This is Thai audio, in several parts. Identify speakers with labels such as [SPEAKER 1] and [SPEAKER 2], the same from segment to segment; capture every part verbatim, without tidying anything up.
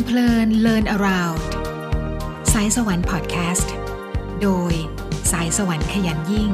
[SPEAKER 1] เพลิน Learn Around สายสวรรค์พอดแคสต์โดยสายสวรรค์ขยันยิ่ง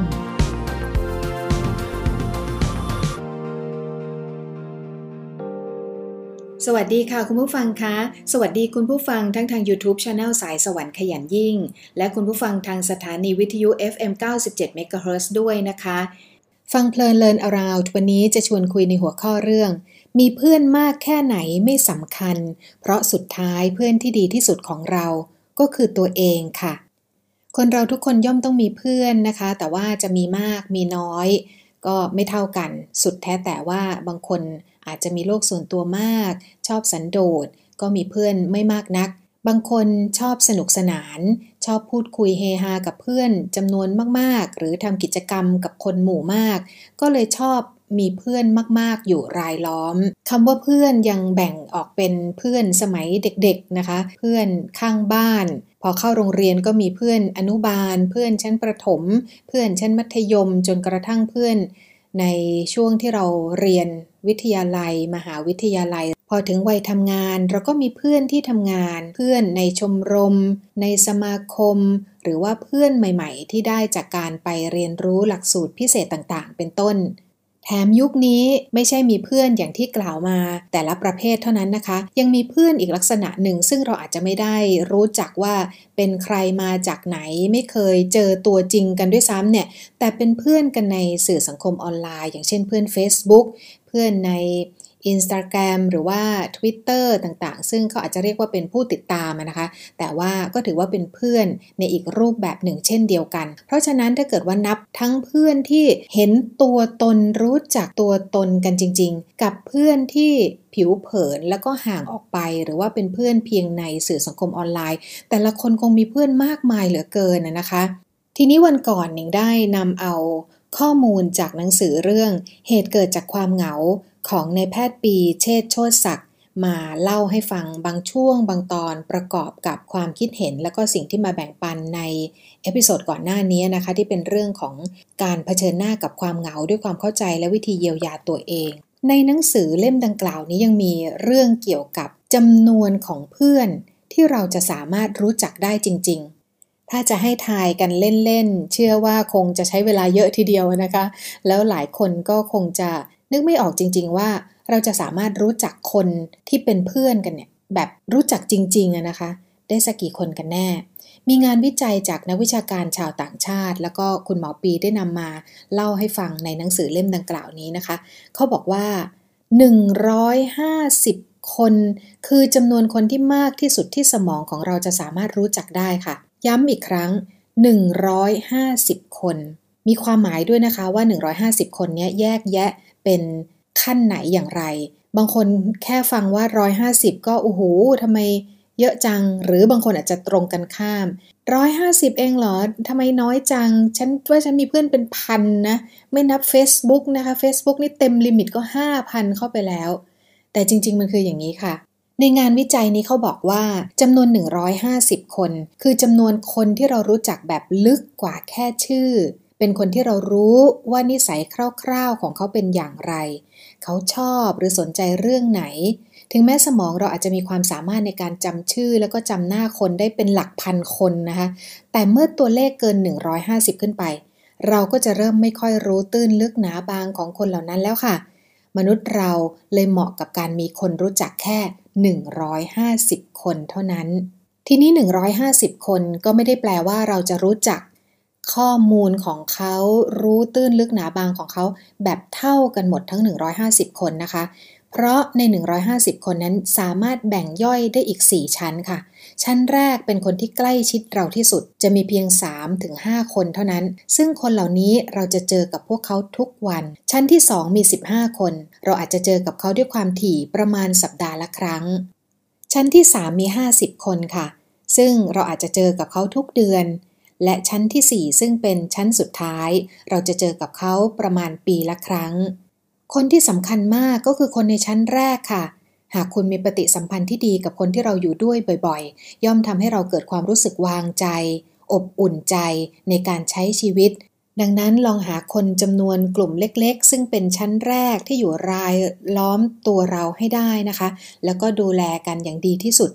[SPEAKER 1] สวัสดีค่ะคุณผู้ฟังคะสวัสดีคุณผู้ฟังทั้งทาง YouTube Channel สายสวรรค์ขยันยิ่งและคุณผู้ฟังทางสถานีวิทยุ เอฟ เอ็ม เก้าสิบเจ็ด เมกะเฮิรตซ์ ด้วยนะคะฟังเพลิน Learn Around วันนี้จะชวนคุยในหัวข้อเรื่องมีเพื่อนมากแค่ไหนไม่สำคัญเพราะสุดท้ายเพื่อนที่ดีที่สุดของเราก็คือตัวเองค่ะคนเราทุกคนย่อมต้องมีเพื่อนนะคะแต่ว่าจะมีมากมีน้อยก็ไม่เท่ากันสุดแท้แต่ว่าบางคนอาจจะมีโลกส่วนตัวมากชอบสันโดษก็มีเพื่อนไม่มากนักบางคนชอบสนุกสนานชอบพูดคุยเฮฮากับเพื่อนจำนวนมากๆหรือทำกิจกรรมกับคนหมู่มากก็เลยชอบมีเพื่อนมากๆอยู่รายล้อมคำว่าเพื่อนยังแบ่งออกเป็นเพื่อนสมัยเด็กๆนะคะเพื่อนข้างบ้านพอเข้าโรงเรียนก็มีเพื่อนอนุบาลเพื่อนชั้นประถมเพื่อนชั้นมัธยมจนกระทั่งเพื่อนในช่วงที่เราเรียนวิทยาลัยมหาวิทยาลัยพอถึงวัยทำงานเราก็มีเพื่อนที่ทำงานเพื่อนในชมรมในสมาคมหรือว่าเพื่อนใหม่ๆที่ได้จากการไปเรียนรู้หลักสูตรพิเศษต่างๆเป็นต้นแถมยุคนี้ไม่ใช่มีเพื่อนอย่างที่กล่าวมาแต่ละประเภทเท่านั้นนะคะยังมีเพื่อนอีกลักษณะหนึ่งซึ่งเราอาจจะไม่ได้รู้จักว่าเป็นใครมาจากไหนไม่เคยเจอตัวจริงกันด้วยซ้ำเนี่ยแต่เป็นเพื่อนกันในสื่อสังคมออนไลน์อย่างเช่นเพื่อน Facebook เพื่อนในInstagram หรือว่า Twitter ต่างๆซึ่งเขาอาจจะเรียกว่าเป็นผู้ติดตามนะคะแต่ว่าก็ถือว่าเป็นเพื่อนในอีกรูปแบบหนึ่งเช่นเดียวกันเพราะฉะนั้นถ้าเกิดว่านับทั้งเพื่อนที่เห็นตัวตนรู้จักตัวตนกันจริงๆกับเพื่อนที่ผิวเผินแล้วก็ห่างออกไปหรือว่าเป็นเพื่อนเพียงในสื่อสังคมออนไลน์แต่ละคนคงมีเพื่อนมากมายเหลือเกินนะคะทีนี้วันก่อนหนิงได้นำเอาข้อมูลจากหนังสือเรื่องเหตุเกิดจากความเหงาของนายแพทย์ปีเชษฐ์โชติศักดิ์มาเล่าให้ฟังบางช่วงบางตอนประกอบกับความคิดเห็นและก็สิ่งที่มาแบ่งปันในเอพิโซดก่อนหน้านี้นะคะที่เป็นเรื่องของการเผชิญหน้ากับความเหงาด้วยความเข้าใจและวิธีเยียวยาตัวเองในหนังสือเล่มดังกล่าวนี้ยังมีเรื่องเกี่ยวกับจำนวนของเพื่อนที่เราจะสามารถรู้จักได้จริงๆถ้าจะให้ทายกันเล่นๆเชื่อว่าคงจะใช้เวลาเยอะทีเดียวนะคะแล้วหลายคนก็คงจะนึกไม่ออกจริงๆว่าเราจะสามารถรู้จักคนที่เป็นเพื่อนกันเนี่ยแบบรู้จักจริงๆนะคะได้สักกี่คนกันแน่มีงานวิจัยจากนักวิชาการชาวต่างชาติแล้วก็คุณหมอปีได้นำมาเล่าให้ฟังในหนังสือเล่มดังกล่าวนี้นะคะเขาบอกว่าหนึ่งร้อยห้าสิบคนคือจำนวนคนที่มากที่สุดที่สมองของเราจะสามารถรู้จักได้ค่ะย้ำอีกครั้งหนึ่งร้อยห้าสิบคนมีความหมายด้วยนะคะว่าหนึ่งร้อยห้าสิบคนนี้แยกแยะเป็นขั้นไหนอย่างไรบางคนแค่ฟังว่าหนึ่งร้อยห้าสิบก็โอ้โหทำไมเยอะจังหรือบางคนอาจจะตรงกันข้ามหนึ่งร้อยห้าสิบเองเหรอทำไมน้อยจังฉันว่าฉันมีเพื่อนเป็นพันนะไม่นับ Facebook นะคะ Facebook นี่เต็มลิมิตก็ ห้าพัน เข้าไปแล้วแต่จริงๆมันคืออย่างนี้ค่ะในงานวิจัยนี้เขาบอกว่าจำนวนหนึ่งร้อยห้าสิบคนคือจำนวนคนที่เรารู้จักแบบลึกกว่าแค่ชื่อเป็นคนที่เรารู้ว่านิสัยคร่าวๆของเขาเป็นอย่างไรเขาชอบหรือสนใจเรื่องไหนถึงแม้สมองเราอาจจะมีความสามารถในการจำชื่อแล้วก็จำหน้าคนได้เป็นหลักพันคนนะคะแต่เมื่อตัวเลขเกินหนึ่งร้อยห้าสิบขึ้นไปเราก็จะเริ่มไม่ค่อยรู้ตื้นลึกหนาบางของคนเหล่านั้นแล้วค่ะมนุษย์เราเลยเหมาะกับการมีคนรู้จักแค่หนึ่งร้อยห้าสิบคนเท่านั้นทีนี้หนึ่งร้อยห้าสิบคนก็ไม่ได้แปลว่าเราจะรู้จักข้อมูลของเขารู้ตื้นลึกหนาบางของเขาแบบเท่ากันหมดทั้งหนึ่งร้อยห้าสิบคนนะคะเพราะในหนึ่งร้อยห้าสิบคนนั้นสามารถแบ่งย่อยได้อีกสี่ชั้นค่ะชั้นแรกเป็นคนที่ใกล้ชิดเราที่สุดจะมีเพียง สามถึงห้า คนเท่านั้นซึ่งคนเหล่านี้เราจะเจอกับพวกเขาทุกวันชั้นที่สองมีสิบห้าคนเราอาจจะเจอกับเขาด้วยความถี่ประมาณสัปดาห์ละครั้งชั้นที่สามมีห้าสิบคนค่ะซึ่งเราอาจจะเจอกับเขาทุกเดือนและชั้นที่สี่ซึ่งเป็นชั้นสุดท้ายเราจะเจอกับเขาประมาณปีละครั้งคนที่สำคัญมากก็คือคนในชั้นแรกค่ะหากคุณมีปฏิสัมพันธ์ที่ดีกับคนที่เราอยู่ด้วยบ่อยๆย่อมทำให้เราเกิดความรู้สึกวางใจอบอุ่นใจในการใช้ชีวิตดังนั้นลองหาคนจำนวนกลุ่มเล็กๆซึ่งเป็นชั้นแรกที่อยู่รายล้อมตัวเราให้ได้นะคะแล้วก็ดูแลกันอย่างดีที่สุด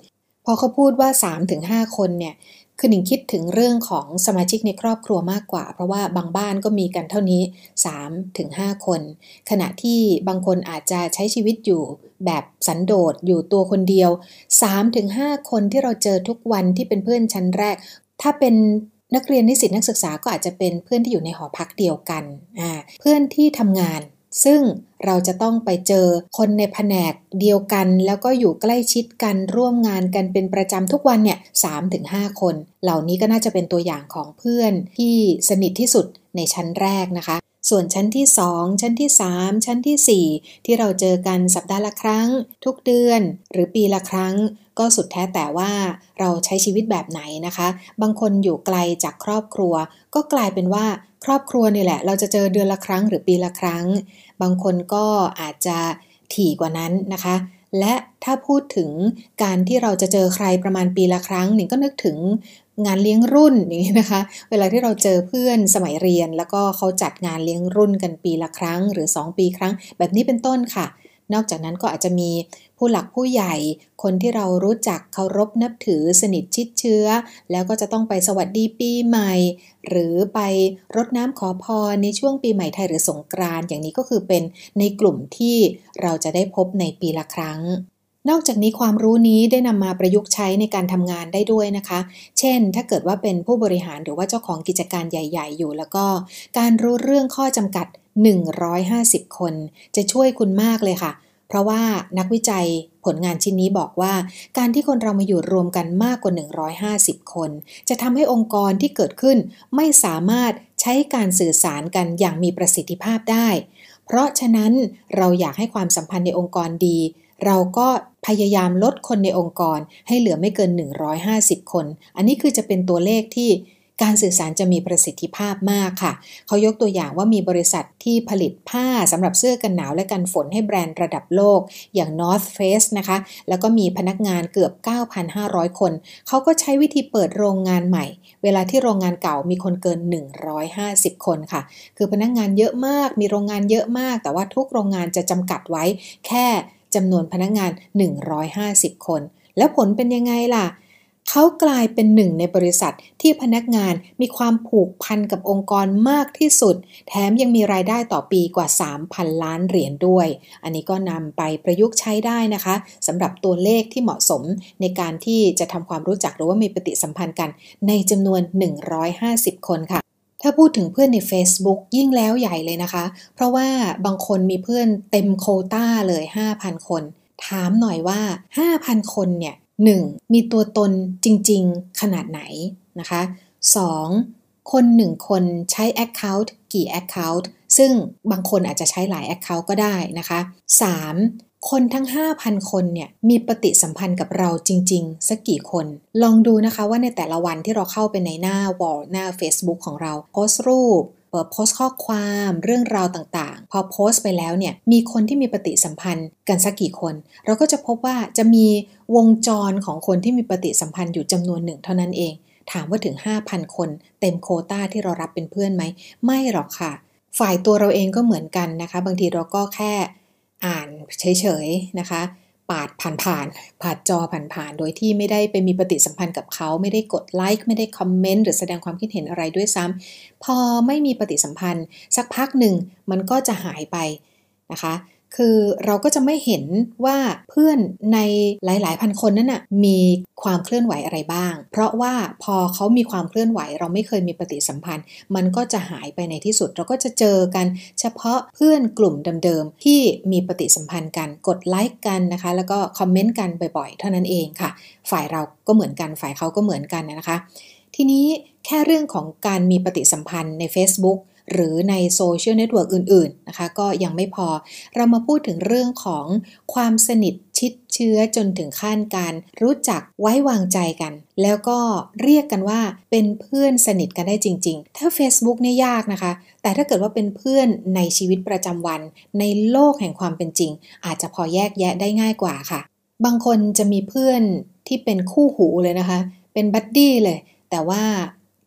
[SPEAKER 1] พอเขาพูดว่า สามถึงห้า คนเนี่ยคือหนิงคิดถึงเรื่องของสมาชิกในครอบครัวมากกว่าเพราะว่าบางบ้านก็มีกันเท่านี้ สามถึงห้า คนขณะที่บางคนอาจจะใช้ชีวิตอยู่แบบสันโดษอยู่ตัวคนเดียว สามถึงห้า คนที่เราเจอทุกวันที่เป็นเพื่อนชั้นแรกถ้าเป็นนักเรียนนิสิตนักศึกษาก็อาจจะเป็นเพื่อนที่อยู่ในหอพักเดียวกันอ่าเพื่อนที่ทำงานซึ่งเราจะต้องไปเจอคนในแผนกเดียวกันแล้วก็อยู่ใกล้ชิดกันร่วมงานกันเป็นประจำทุกวันเนี่ย สามถึงห้า คนเหล่านี้ก็น่าจะเป็นตัวอย่างของเพื่อนที่สนิทที่สุดในชั้นแรกนะคะส่วนชั้นที่สองชั้นที่สามชั้นที่สี่ที่เราเจอกันสัปดาห์ละครั้งทุกเดือนหรือปีละครั้งก็สุดแท้แต่ว่าเราใช้ชีวิตแบบไหนนะคะบางคนอยู่ไกลจากครอบครัวก็กลายเป็นว่าครอบครัวนี่แหละเราจะเจอเดือนละครั้งหรือปีละครั้งบางคนก็อาจจะถี่กว่านั้นนะคะและถ้าพูดถึงการที่เราจะเจอใครประมาณปีละครั้งหนิงก็นึกถึงงานเลี้ยงรุ่นอย่างนี้นะคะเวลาที่เราเจอเพื่อนสมัยเรียนแล้วก็เขาจัดงานเลี้ยงรุ่นกันปีละครั้งหรือสองปีครั้งแบบนี้เป็นต้นค่ะนอกจากนั้นก็อาจจะมีผู้หลักผู้ใหญ่คนที่เรารู้จักเคารพนับถือสนิทชิดเชื้อแล้วก็จะต้องไปสวัสดีปีใหม่หรือไปรดน้ำขอพรในช่วงปีใหม่ไทยหรือสงกรานต์อย่างนี้ก็คือเป็นในกลุ่มที่เราจะได้พบในปีละครั้งนอกจากนี้ความรู้นี้ได้นำมาประยุกต์ใช้ในการทำงานได้ด้วยนะคะเช่นถ้าเกิดว่าเป็นผู้บริหารหรือว่าเจ้าของกิจการใหญ่ๆอยู่แล้วก็การรู้เรื่องข้อจำกัดหนึ่งร้อยห้าสิบคนจะช่วยคุณมากเลยค่ะเพราะว่านักวิจัยผลงานชิ้นนี้บอกว่าการที่คนเรามาอยู่รวมกันมากกว่าหนึ่งร้อยห้าสิบคนจะทำให้องค์กรที่เกิดขึ้นไม่สามารถใช้การสื่อสารกันอย่างมีประสิทธิภาพได้เพราะฉะนั้นเราอยากให้ความสัมพันธ์ในองค์กรดีเราก็พยายามลดคนในองค์กรให้เหลือไม่เกินหนึ่งร้อยห้าสิบคนอันนี้คือจะเป็นตัวเลขที่การสื่อสารจะมีประสิทธิภาพมากค่ะเขายกตัวอย่างว่ามีบริษัทที่ผลิตผ้าสำหรับเสื้อกันหนาวและกันฝนให้แบรนด์ระดับโลกอย่าง North Face นะคะแล้วก็มีพนักงานเกือบ เก้าพันห้าร้อย คนเขาก็ใช้วิธีเปิดโรงงานใหม่เวลาที่โรงงานเก่ามีคนเกินหนึ่งร้อยห้าสิบคนค่ะคือพนักงานเยอะมากมีโรงงานเยอะมากแต่ว่าทุกโรงงานจะจำกัดไว้แค่จำนวนพนักงานหนึ่งร้อยห้าสิบคนแล้วผลเป็นยังไงล่ะเขากลายเป็นหนึ่งในบริษัทที่พนักงานมีความผูกพันกับองค์กรมากที่สุดแถมยังมีรายได้ต่อปีกว่า สามพัน ล้านเหรียญด้วยอันนี้ก็นำไปประยุกต์ใช้ได้นะคะสำหรับตัวเลขที่เหมาะสมในการที่จะทำความรู้จักหรือว่ามีปฏิสัมพันธ์กันในจำนวนหนึ่งร้อยห้าสิบคนค่ะถ้าพูดถึงเพื่อนใน Facebook ยิ่งแล้วใหญ่เลยนะคะเพราะว่าบางคนมีเพื่อนเต็มโควต้าเลย ห้าพัน คนถามหน่อยว่า ห้าพัน คนเนี่ยหนึ่งมีตัวตนจริงๆขนาดไหนนะคะสองคนหนึ่งคนใช้ Account กี่ Account ซึ่งบางคนอาจจะใช้หลาย Account ก็ได้นะคะสามคนทั้ง ห้าพัน คนเนี่ยมีปฏิสัมพันธ์กับเราจริงๆสักกี่คนลองดูนะคะว่าในแต่ละวันที่เราเข้าไปในหน้าวอลหน้า Facebook ของเราโพสต์รูปโพสต์ข้อความเรื่องราวต่างๆพอโพสต์ไปแล้วเนี่ยมีคนที่มีปฏิสัมพันธ์กันสักกี่คนเราก็จะพบว่าจะมีวงจรของคนที่มีปฏิสัมพันธ์อยู่จำนวนหนึ่งเท่านั้นเองถามว่าถึง ห้าพัน คนเต็มโควต้าที่เรารับเป็นเพื่อนไหมไม่หรอกค่ะฝ่ายตัวเราเองก็เหมือนกันนะคะบางทีเราก็แค่อ่านเฉยๆนะคะปาดผ่านๆผ่านจอผ่านๆโดยที่ไม่ได้ไปมีปฏิสัมพันธ์กับเขาไม่ได้กดไลค์ไม่ได้คอมเมนต์หรือแสดงความคิดเห็นอะไรด้วยซ้ำพอไม่มีปฏิสัมพันธ์สักพักหนึ่งมันก็จะหายไปนะคะคือเราก็จะไม่เห็นว่าเพื่อนในหลายๆพันคนนั้นน่ะมีความเคลื่อนไหวอะไรบ้างเพราะว่าพอเขามีความเคลื่อนไหวเราไม่เคยมีปฏิสัมพันธ์มันก็จะหายไปในที่สุดเราก็จะเจอกันเฉพาะเพื่อนกลุ่มเดิมๆที่มีปฏิสัมพันธ์กันกดไลค์กันนะคะแล้วก็คอมเมนต์กันบ่อยๆเท่านั้นเองค่ะฝ่ายเราก็เหมือนกันฝ่ายเขาก็เหมือนกันนะคะทีนี้แค่เรื่องของการมีปฏิสัมพันธ์ใน Facebookหรือในโซเชียลเน็ตเวิร์กอื่นๆนะคะก็ยังไม่พอเรามาพูดถึงเรื่องของความสนิทชิดเชื้อจนถึงขั้นการรู้จักไว้วางใจกันแล้วก็เรียกกันว่าเป็นเพื่อนสนิทกันได้จริงๆถ้า Facebook เนี่ยยากนะคะแต่ถ้าเกิดว่าเป็นเพื่อนในชีวิตประจำวันในโลกแห่งความเป็นจริงอาจจะพอแยกแยะได้ง่ายกว่าค่ะบางคนจะมีเพื่อนที่เป็นคู่หูเลยนะคะเป็นบัดดี้เลยแต่ว่า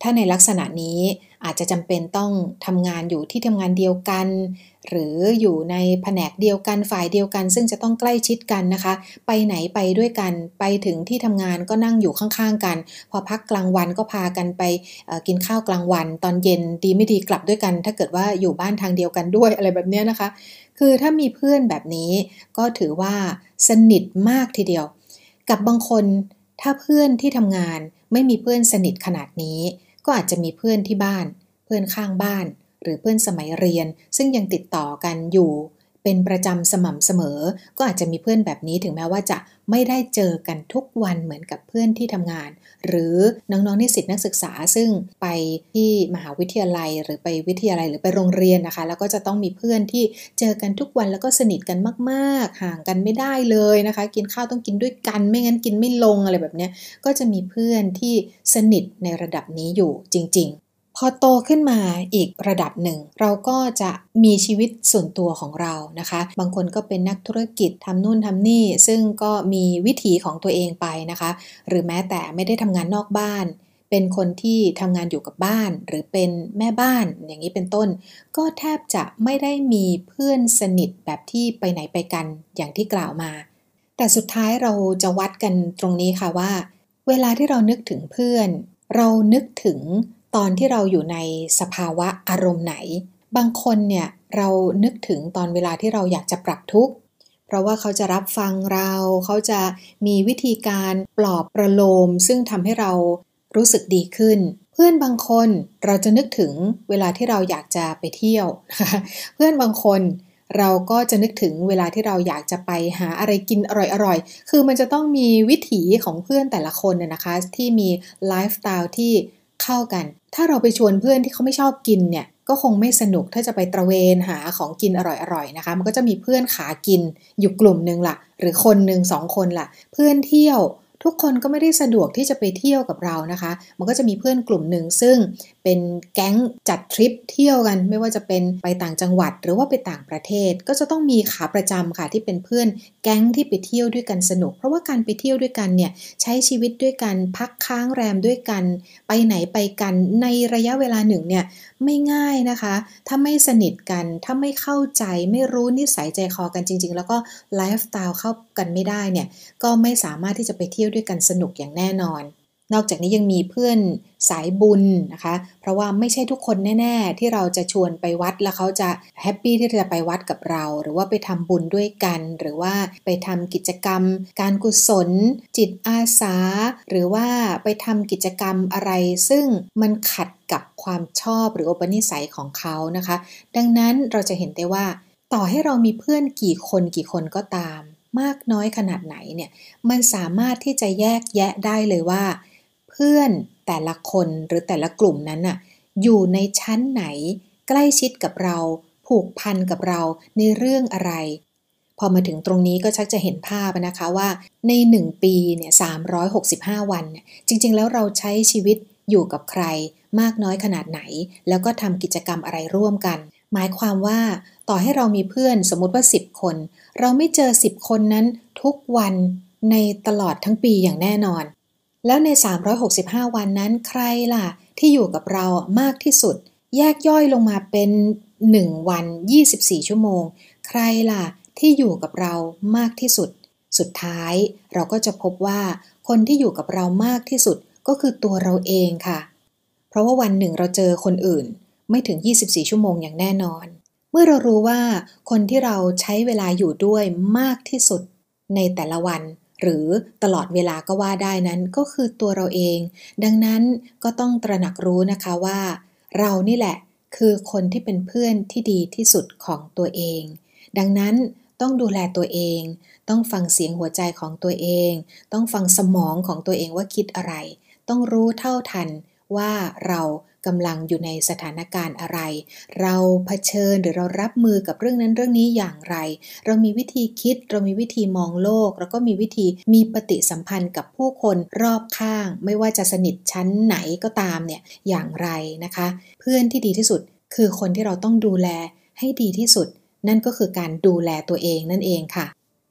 [SPEAKER 1] ถ้าในลักษณะนี้อาจจะจำเป็นต้องทำงานอยู่ที่ทำงานเดียวกันหรืออยู่ในแผนกเดียวกันฝ่ายเดียวกันซึ่งจะต้องใกล้ชิดกันนะคะไปไหนไปด้วยกันไปถึงที่ทำงานก็นั่งอยู่ข้างๆกันพอพักกลางวันก็พากันไปกินข้าวกลางวันตอนเย็นดีไม่ดีกลับด้วยกันถ้าเกิดว่าอยู่บ้านทางเดียวกันด้วยอะไรแบบนี้นะคะคือถ้ามีเพื่อนแบบนี้ก็ถือว่าสนิทมากทีเดียวกับบางคนถ้าเพื่อนที่ทำงานไม่มีเพื่อนสนิทขนาดนี้ก็อาจจะมีเพื่อนที่บ้านเพื่อนข้างบ้านหรือเพื่อนสมัยเรียนซึ่งยังติดต่อกันอยู่เป็นประจำสม่ำเสมอก็อาจจะมีเพื่อนแบบนี้ถึงแม้ว่าจะไม่ได้เจอกันทุกวันเหมือนกับเพื่อนที่ทำงานหรือน้องๆนิสิตนักศึกษาซึ่งไปที่มหาวิทยาลัยหรือไปวิทยาลัยหรือไปโรงเรียนนะคะแล้วก็จะต้องมีเพื่อนที่เจอกันทุกวันแล้วก็สนิทกันมากๆห่างกันไม่ได้เลยนะคะกินข้าวต้องกินด้วยกันไม่งั้นกินไม่ลงอะไรแบบนี้ก็จะมีเพื่อนที่สนิทในระดับนี้อยู่จริงๆพอโตขึ้นมาอีกระดับหนึ่งเราก็จะมีชีวิตส่วนตัวของเรานะคะบางคนก็เป็นนักธุรกิจทำนู่นทำนี่ซึ่งก็มีวิถีของตัวเองไปนะคะหรือแม้แต่ไม่ได้ทำงานนอกบ้านเป็นคนที่ทำงานอยู่กับบ้านหรือเป็นแม่บ้านอย่างนี้เป็นต้นก็แทบจะไม่ได้มีเพื่อนสนิทแบบที่ไปไหนไปกันอย่างที่กล่าวมาแต่สุดท้ายเราจะวัดกันตรงนี้ค่ะว่าเวลาที่เรานึกถึงเพื่อนเรานึกถึงตอนที่เราอยู่ในสภาวะอารมณ์ไหนบางคนเนี่ยเรานึกถึงตอนเวลาที่เราอยากจะปรับทุกข์เพราะว่าเขาจะรับฟังเราเขาจะมีวิธีการปลอบประโลมซึ่งทำให้เรารู้สึกดีขึ้นเพื่อนบางคนเราจะนึกถึงเวลาที่เราอยากจะไปเที่ยวนะคะเพื่อนบางคนเราก็จะนึกถึงเวลาที่เราอยากจะไปหาอะไรกินอร่อยๆคือมันจะต้องมีวิถีของเพื่อนแต่ละคนน่ะนะคะที่มีไลฟ์สไตล์ที่เข้ากันถ้าเราไปชวนเพื่อนที่เขาไม่ชอบกินเนี่ยก็คงไม่สนุกถ้าจะไปตระเวนหาของกินอร่อยๆนะคะมันก็จะมีเพื่อนขากินอยู่กลุ่มนึงล่ะหรือคนนึงสองคนล่ะเพื่อนเที่ยวทุกคนก็ไม่ได้สะดวกที่จะไปเที่ยวกับเรานะคะมันก็จะมีเพื่อนกลุ่มหนึ่งซึ่งเป็นแก๊งจัดทริปเที่ยวกันไม่ว่าจะเป็นไปต่างจังหวัดหรือว่าไปต่างประเทศก็จะต้องมีขาประจำค่ะที่เป็นเพื่อนแก๊งที่ไปเที่ยวด้วยกันสนุกเพราะว่าการไปเที่ยวด้วยกันเนี่ยใช้ชีวิตด้วยกันพักค้างแรมด้วยกันไปไหนไปกันในระยะเวลาหนึ่งเนี่ยไม่ง่ายนะคะถ้าไม่สนิทกันถ้าไม่เข้าใจไม่รู้นิสัยใจคอกันจริงๆแล้วก็ไลฟ์สไตล์เข้ากันไม่ได้เนี่ยก็ไม่สามารถที่จะไปเที่ยวด้วยกันสนุกอย่างแน่นอนนอกจากนี้ยังมีเพื่อนสายบุญนะคะเพราะว่าไม่ใช่ทุกคนแน่ๆที่เราจะชวนไปวัดแล้วเขาจะแฮปปี้ที่จะไปวัดกับเราหรือว่าไปทำบุญด้วยกันหรือว่าไปทำกิจกรรมการกุศลจิตอาสาหรือว่าไปทำกิจกรรมอะไรซึ่งมันขัดกับความชอบหรืออุปนิสัยของเขานะคะดังนั้นเราจะเห็นได้ว่าต่อให้เรามีเพื่อนกี่คนกี่คนก็ตามมากน้อยขนาดไหนเนี่ยมันสามารถที่จะแยกแยะได้เลยว่าเพื่อนแต่ละคนหรือแต่ละกลุ่มนั้นน่ะอยู่ในชั้นไหนใกล้ชิดกับเราผูกพันกับเราในเรื่องอะไรพอมาถึงตรงนี้ก็ชักจะเห็นภาพนะคะว่าในหนึ่งปีเนี่ยสามร้อยหกสิบห้าวันเนี่ยจริงๆแล้วเราใช้ชีวิตอยู่กับใครมากน้อยขนาดไหนแล้วก็ทำกิจกรรมอะไรร่วมกันหมายความว่าต่อให้เรามีเพื่อนสมมุติว่าสิบคนเราไม่เจอสิบคนนั้นทุกวันในตลอดทั้งปีอย่างแน่นอนแล้วในสามร้อยหกสิบห้าวันนั้นใครล่ะที่อยู่กับเรามากที่สุดแยกย่อยลงมาเป็นหนึ่งวันยี่สิบสี่ชั่วโมงใครล่ะที่อยู่กับเรามากที่สุดสุดท้ายเราก็จะพบว่าคนที่อยู่กับเรามากที่สุดก็คือตัวเราเองค่ะเพราะว่าวันหนึ่งเราเจอคนอื่นไม่ถึงยี่สิบสี่ชั่วโมงอย่างแน่นอนเมื่อเรารู้ว่าคนที่เราใช้เวลาอยู่ด้วยมากที่สุดในแต่ละวันหรือตลอดเวลาก็ว่าได้นั้นก็คือตัวเราเองดังนั้นก็ต้องตระหนักรู้นะคะว่าเรานี่แหละคือคนที่เป็นเพื่อนที่ดีที่สุดของตัวเองดังนั้นต้องดูแลตัวเองต้องฟังเสียงหัวใจของตัวเองต้องฟังสมองของตัวเองว่าคิดอะไรต้องรู้เท่าทันว่าเรากำลังอยู่ในสถานการณ์อะไรเราเผชิญหรือเรารับมือกับเรื่องนั้นเรื่องนี้อย่างไรเรามีวิธีคิดเรามีวิธีมองโลกแล้วก็มีวิธีมีปฏิสัมพันธ์กับผู้คนรอบข้างไม่ว่าจะสนิทชั้นไหนก็ตามเนี่ยอย่างไรนะคะเพื่อนที่ดีที่สุดคือคนที่เราต้องดูแลให้ดีที่สุดนั่นก็คือการดูแลตัวเองนั่นเองค่ะ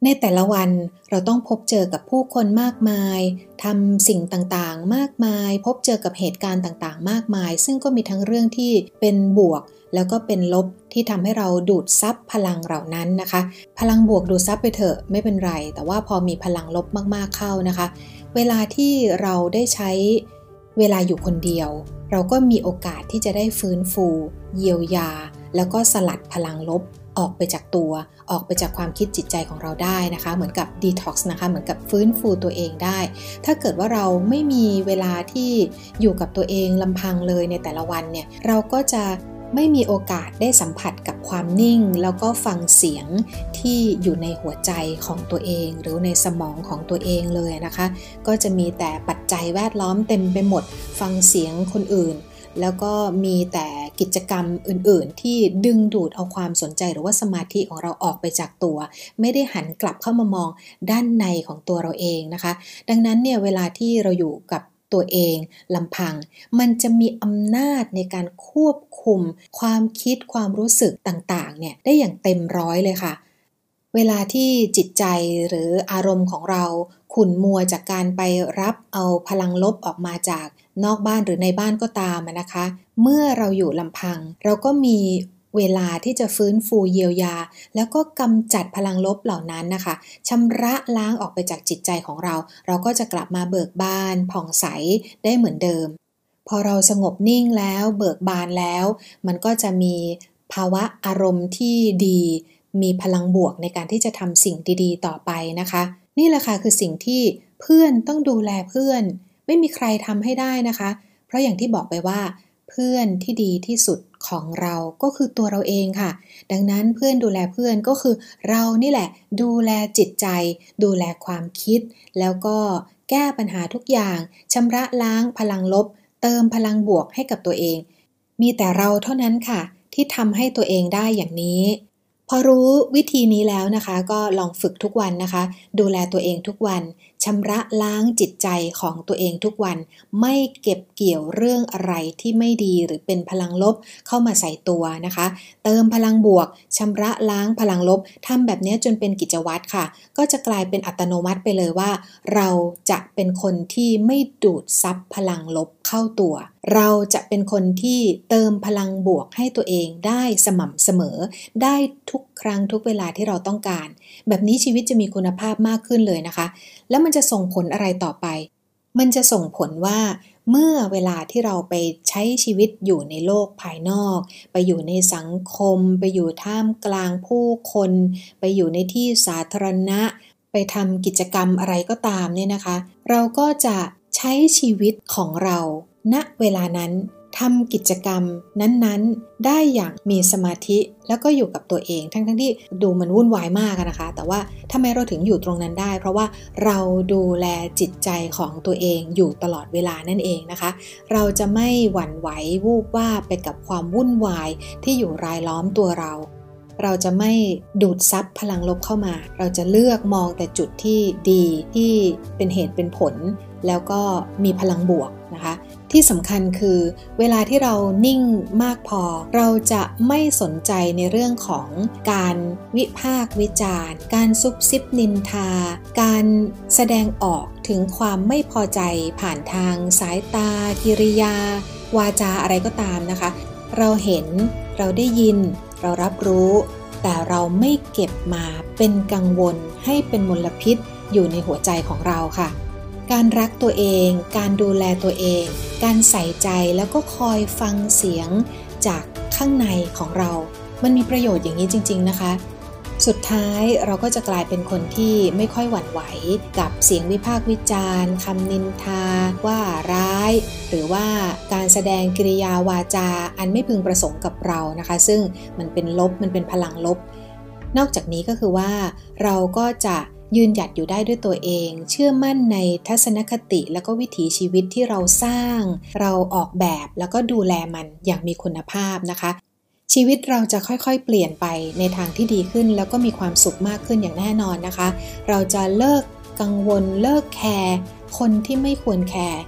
[SPEAKER 1] ในแต่ละวันเราต้องพบเจอกับผู้คนมากมายทำสิ่งต่างๆมากมายพบเจอกับเหตุการณ์ต่างๆมากมายซึ่งก็มีทั้งเรื่องที่เป็นบวกแล้วก็เป็นลบที่ทำให้เราดูดซับพลังเหล่านั้นนะคะพลังบวกดูดซับไปเถอะไม่เป็นไรแต่ว่าพอมีพลังลบมากๆเข้านะคะเวลาที่เราได้ใช้เวลาอยู่คนเดียวเราก็มีโอกาสที่จะได้ฟื้นฟูเยียวยาแล้วก็สลัดพลังลบออกไปจากตัวออกไปจากความคิดจิตใจของเราได้นะคะเหมือนกับดีท็อกซ์นะคะเหมือนกับฟื้นฟูตัวเองได้ถ้าเกิดว่าเราไม่มีเวลาที่อยู่กับตัวเองลำพังเลยในแต่ละวันเนี่ยเราก็จะไม่มีโอกาสได้สัมผัสกับความนิ่งแล้วก็ฟังเสียงที่อยู่ในหัวใจของตัวเองหรือในสมองของตัวเองเลยนะคะก็จะมีแต่ปัจจัยแวดล้อมเต็มไปหมดฟังเสียงคนอื่นแล้วก็มีแต่กิจกรรมอื่นๆที่ดึงดูดเอาความสนใจหรือว่าสมาธิของเราออกไปจากตัวไม่ได้หันกลับเข้ามามองด้านในของตัวเราเองนะคะดังนั้นเนี่ยเวลาที่เราอยู่กับตัวเองลำพังมันจะมีอำนาจในการควบคุมความคิดความรู้สึกต่างๆเนี่ยได้อย่างเต็มร้อยเลยค่ะเวลาที่จิตใจหรืออารมณ์ของเราขุ่นมัวจากการไปรับเอาพลังลบออกมาจากนอกบ้านหรือในบ้านก็ตามนะคะเมื่อเราอยู่ลำพังเราก็มีเวลาที่จะฟื้นฟูเยียวยาแล้วก็กำจัดพลังลบเหล่านั้นนะคะชำระล้างออกไปจากจิตใจของเราเราก็จะกลับมาเบิกบานผ่องใสได้เหมือนเดิมพอเราสงบนิ่งแล้วเบิกบานแล้วมันก็จะมีภาวะอารมณ์ที่ดีมีพลังบวกในการที่จะทำสิ่งดีๆต่อไปนะคะนี่แหละค่ะคือสิ่งที่เพื่อนต้องดูแลเพื่อนไม่มีใครทำให้ได้นะคะเพราะอย่างที่บอกไปว่าเพื่อนที่ดีที่สุดของเราก็คือตัวเราเองค่ะดังนั้นเพื่อนดูแลเพื่อนก็คือเรานี่แหละดูแลจิตใจดูแลความคิดแล้วก็แก้ปัญหาทุกอย่างชำระล้างพลังลบเติมพลังบวกให้กับตัวเองมีแต่เราเท่านั้นค่ะที่ทำให้ตัวเองได้อย่างนี้พอรู้วิธีนี้แล้วนะคะก็ลองฝึกทุกวันนะคะดูแลตัวเองทุกวันชำระล้างจิตใจของตัวเองทุกวันไม่เก็บเกี่ยวเรื่องอะไรที่ไม่ดีหรือเป็นพลังลบเข้ามาใส่ตัวนะคะเติมพลังบวกชำระล้างพลังลบทำแบบนี้จนเป็นกิจวัตรค่ะก็จะกลายเป็นอัตโนมัติไปเลยว่าเราจะเป็นคนที่ไม่ดูดซับพลังลบเข้าตัวเราจะเป็นคนที่เติมพลังบวกให้ตัวเองได้สม่ำเสมอได้ทุกครั้งทุกเวลาที่เราต้องการแบบนี้ชีวิตจะมีคุณภาพมากขึ้นเลยนะคะแล้วมันจะส่งผลอะไรต่อไปมันจะส่งผลว่าเมื่อเวลาที่เราไปใช้ชีวิตอยู่ในโลกภายนอกไปอยู่ในสังคมไปอยู่ท่ามกลางผู้คนไปอยู่ในที่สาธารณะไปทำกิจกรรมอะไรก็ตามเนี่ยนะคะเราก็จะใช้ชีวิตของเราณเวลานั้นทำกิจกรรมนั้นๆได้อย่างมีสมาธิแล้วก็อยู่กับตัวเองทั้งๆที่ดูมันวุ่นวายมากนะคะแต่ว่าทำไมเราถึงอยู่ตรงนั้นได้เพราะว่าเราดูแลจิตใจของตัวเองอยู่ตลอดเวลานั่นเองนะคะเราจะไม่หวั่นไหววูบว่าไปกับความวุ่นวายที่อยู่รายล้อมตัวเราเราจะไม่ดูดซับพลังลบเข้ามาเราจะเลือกมองแต่จุดที่ดีที่เป็นเหตุเป็นผลแล้วก็มีพลังบวกนะคะที่สำคัญคือเวลาที่เรานิ่งมากพอเราจะไม่สนใจในเรื่องของการวิพากษ์วิจารณ์การซุบซิบนินทาการแสดงออกถึงความไม่พอใจผ่านทางสายตากิริยาวาจาอะไรก็ตามนะคะเราเห็นเราได้ยินเรารับรู้แต่เราไม่เก็บมาเป็นกังวลให้เป็นมลพิษอยู่ในหัวใจของเราค่ะการรักตัวเองการดูแลตัวเองการใส่ใจแล้วก็คอยฟังเสียงจากข้างในของเรามันมีประโยชน์อย่างนี้จริงๆนะคะสุดท้ายเราก็จะกลายเป็นคนที่ไม่ค่อยหวั่นไหวกับเสียงวิพากษ์วิจารณ์คำนินทาว่าร้ายหรือว่าการแสดงกิริยาวาจาอันไม่พึงประสงค์กับเรานะคะซึ่งมันเป็นลบมันเป็นพลังลบนอกจากนี้ก็คือว่าเราก็จะยืนหยัดอยู่ได้ด้วยตัวเองเชื่อมั่นในทัศนคติแล้วก็วิถีชีวิตที่เราสร้างเราออกแบบแล้วก็ดูแลมันอย่างมีคุณภาพนะคะชีวิตเราจะค่อยๆเปลี่ยนไปในทางที่ดีขึ้นแล้วก็มีความสุขมากขึ้นอย่างแน่นอนนะคะเราจะเลิกกังวลเลิกแคร์คนที่ไม่ควรแคร์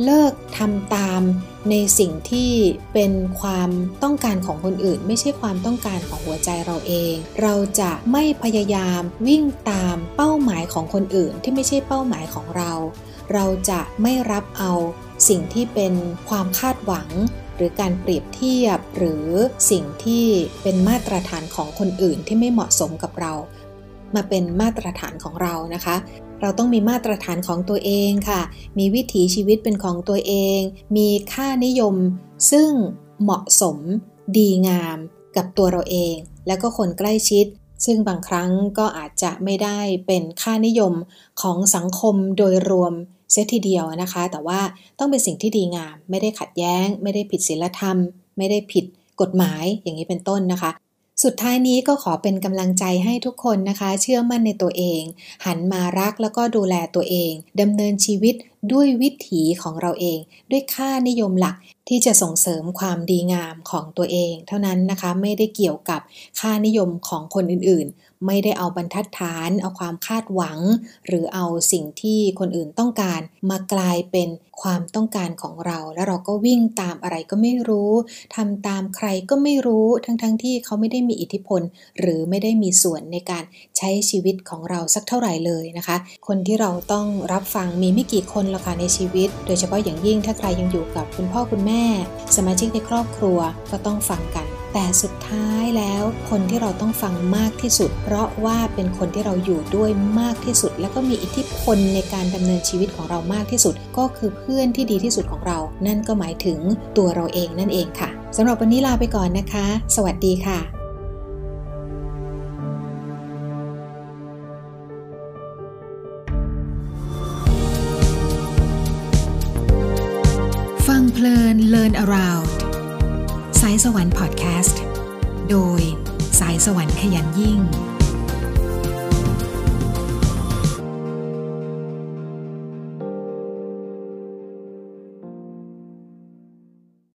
[SPEAKER 1] เลิกทำตามในสิ่งที่เป็นความต้องการของคนอื่นไม่ใช่ความต้องการของหัวใจเราเองเราจะไม่พยายามวิ่งตามเป้าหมายของคนอื่นที่ไม่ใช่เป้าหมายของเราเราจะไม่รับเอาสิ่งที่เป็นความคาดหวังหรือการเปรียบเทียบหรือสิ่งที่เป็นมาตรฐานของคนอื่นที่ไม่เหมาะสมกับเรามาเป็นมาตรฐานของเรานะคะเราต้องมีมาตรฐานของตัวเองค่ะมีวิถีชีวิตเป็นของตัวเองมีค่านิยมซึ่งเหมาะสมดีงามกับตัวเราเองแล้วก็คนใกล้ชิดซึ่งบางครั้งก็อาจจะไม่ได้เป็นค่านิยมของสังคมโดยรวมเสียทีเดียวนะคะแต่ว่าต้องเป็นสิ่งที่ดีงามไม่ได้ขัดแย้งไม่ได้ผิดศีลธรรมไม่ได้ผิดกฎหมายอย่างนี้เป็นต้นนะคะสุดท้ายนี้ก็ขอเป็นกำลังใจให้ทุกคนนะคะเชื่อมั่นในตัวเองหันมารักแล้วก็ดูแลตัวเองดำเนินชีวิตด้วยวิถีของเราเองด้วยค่านิยมหลักที่จะส่งเสริมความดีงามของตัวเองเท่านั้นนะคะไม่ได้เกี่ยวกับค่านิยมของคนอื่นๆไม่ได้เอาบรรทัดฐานเอาความคาดหวังหรือเอาสิ่งที่คนอื่นต้องการมากลายเป็นความต้องการของเราแล้วเราก็วิ่งตามอะไรก็ไม่รู้ทำตามใครก็ไม่รู้ทั้งๆที่เขาไม่ได้มีอิทธิพลหรือไม่ได้มีส่วนในการใช้ชีวิตของเราสักเท่าไหร่เลยนะคะคนที่เราต้องรับฟังมีไม่กี่คนหรอกค่ะในชีวิตโดยเฉพาะอย่างยิ่งถ้าใครยังอยู่กับคุณพ่อคุณแม่สมาชิกในครอบครัวก็ต้องฟังกันแต่สุดท้ายแล้วคนที่เราต้องฟังมากที่สุดเพราะว่าเป็นคนที่เราอยู่ด้วยมากที่สุดแล้วก็มีอิทธิพลในการดำเนินชีวิตของเรามากที่สุดก็คือเพื่อนที่ดีที่สุดของเรานั่นก็หมายถึงตัวเราเองนั่นเองค่ะสำหรับวันนี้ลาไปก่อนนะคะสวัสดีค่ะฟังเพลิน Learn Around สายสวรรค์พอดแคสต์โดยสายสวรรค์ขยันยิ่ง